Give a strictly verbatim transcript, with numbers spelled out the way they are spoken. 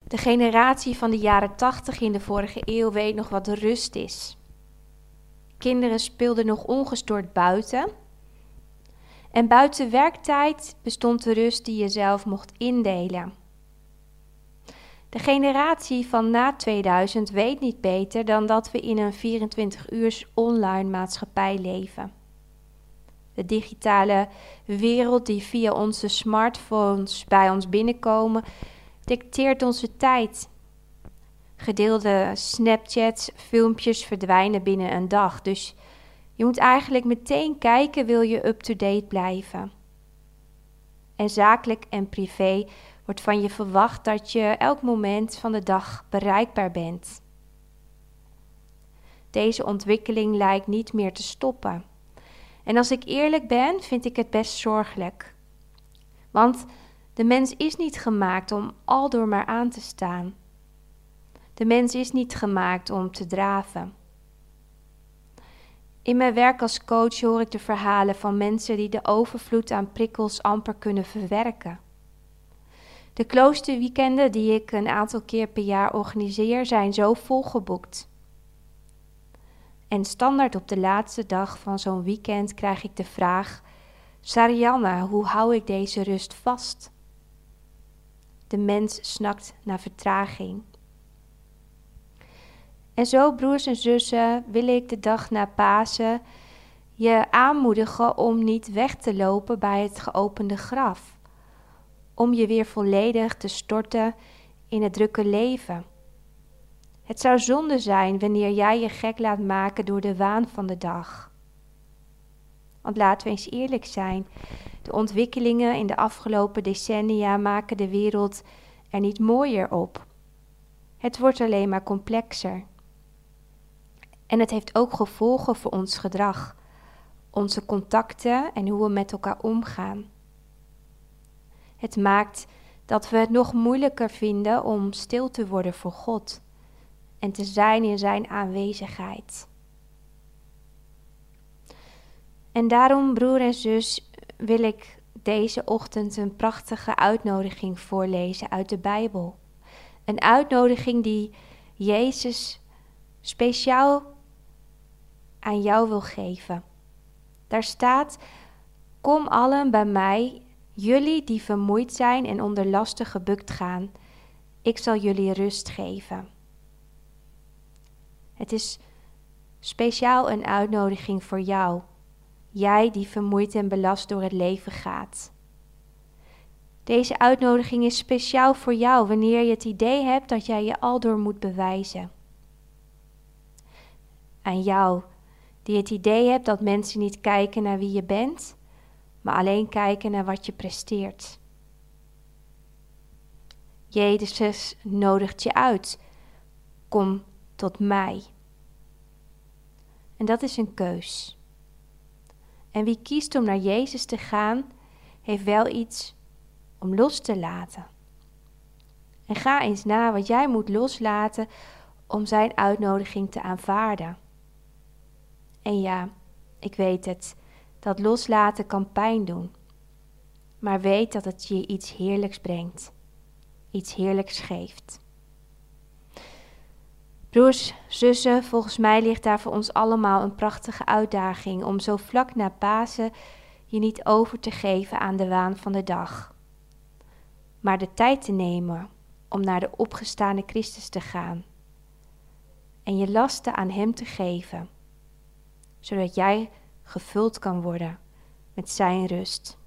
De generatie van de jaren tachtig in de vorige eeuw weet nog wat rust is. Kinderen speelden nog ongestoord buiten. En buiten werktijd bestond de rust die je zelf mocht indelen. De generatie van na tweeduizend weet niet beter dan dat we in een vierentwintig uurs online maatschappij leven. De digitale wereld die via onze smartphones bij ons binnenkomen, dicteert onze tijd. Gedeelde Snapchats, filmpjes verdwijnen binnen een dag. Dus je moet eigenlijk meteen kijken, wil je up-to-date blijven. En zakelijk en privé wordt van je verwacht dat je elk moment van de dag bereikbaar bent. Deze ontwikkeling lijkt niet meer te stoppen. En als ik eerlijk ben, vind ik het best zorgelijk. Want de mens is niet gemaakt om aldoor maar aan te staan. De mens is niet gemaakt om te draven. In mijn werk als coach hoor ik de verhalen van mensen die de overvloed aan prikkels amper kunnen verwerken. De kloosterweekenden die ik een aantal keer per jaar organiseer zijn zo volgeboekt. En standaard op de laatste dag van zo'n weekend krijg ik de vraag: Sarianne, hoe hou ik deze rust vast? De mens snakt naar vertraging. En zo, broers en zussen, wil ik de dag na Pasen je aanmoedigen om niet weg te lopen bij het geopende graf. Om je weer volledig te storten in het drukke leven. Het zou zonde zijn wanneer jij je gek laat maken door de waan van de dag. Want laten we eens eerlijk zijn, de ontwikkelingen in de afgelopen decennia maken de wereld er niet mooier op. Het wordt alleen maar complexer. En het heeft ook gevolgen voor ons gedrag, onze contacten en hoe we met elkaar omgaan. Het maakt dat we het nog moeilijker vinden om stil te worden voor God en te zijn in zijn aanwezigheid. En daarom, broer en zus, wil ik deze ochtend een prachtige uitnodiging voorlezen uit de Bijbel. Een uitnodiging die Jezus speciaal aan jou wil geven. Daar staat: kom allen bij mij, jullie die vermoeid zijn en onder lasten gebukt gaan. Ik zal jullie rust geven. Het is speciaal een uitnodiging voor jou. Jij die vermoeid en belast door het leven gaat. Deze uitnodiging is speciaal voor jou wanneer je het idee hebt dat jij je aldoor moet bewijzen. Aan jou die het idee hebt dat mensen niet kijken naar wie je bent, maar alleen kijken naar wat je presteert. Jezus nodigt je uit. Kom tot mij. En dat is een keus. En wie kiest om naar Jezus te gaan, heeft wel iets om los te laten. En ga eens na wat jij moet loslaten om zijn uitnodiging te aanvaarden. En ja, ik weet het, dat loslaten kan pijn doen. Maar weet dat het je iets heerlijks brengt. Iets heerlijks geeft. Broers, zussen, volgens mij ligt daar voor ons allemaal een prachtige uitdaging om zo vlak na Pasen je niet over te geven aan de waan van de dag. Maar de tijd te nemen om naar de opgestane Christus te gaan. En je lasten aan hem te geven. Zodat jij gevuld kan worden met zijn rust.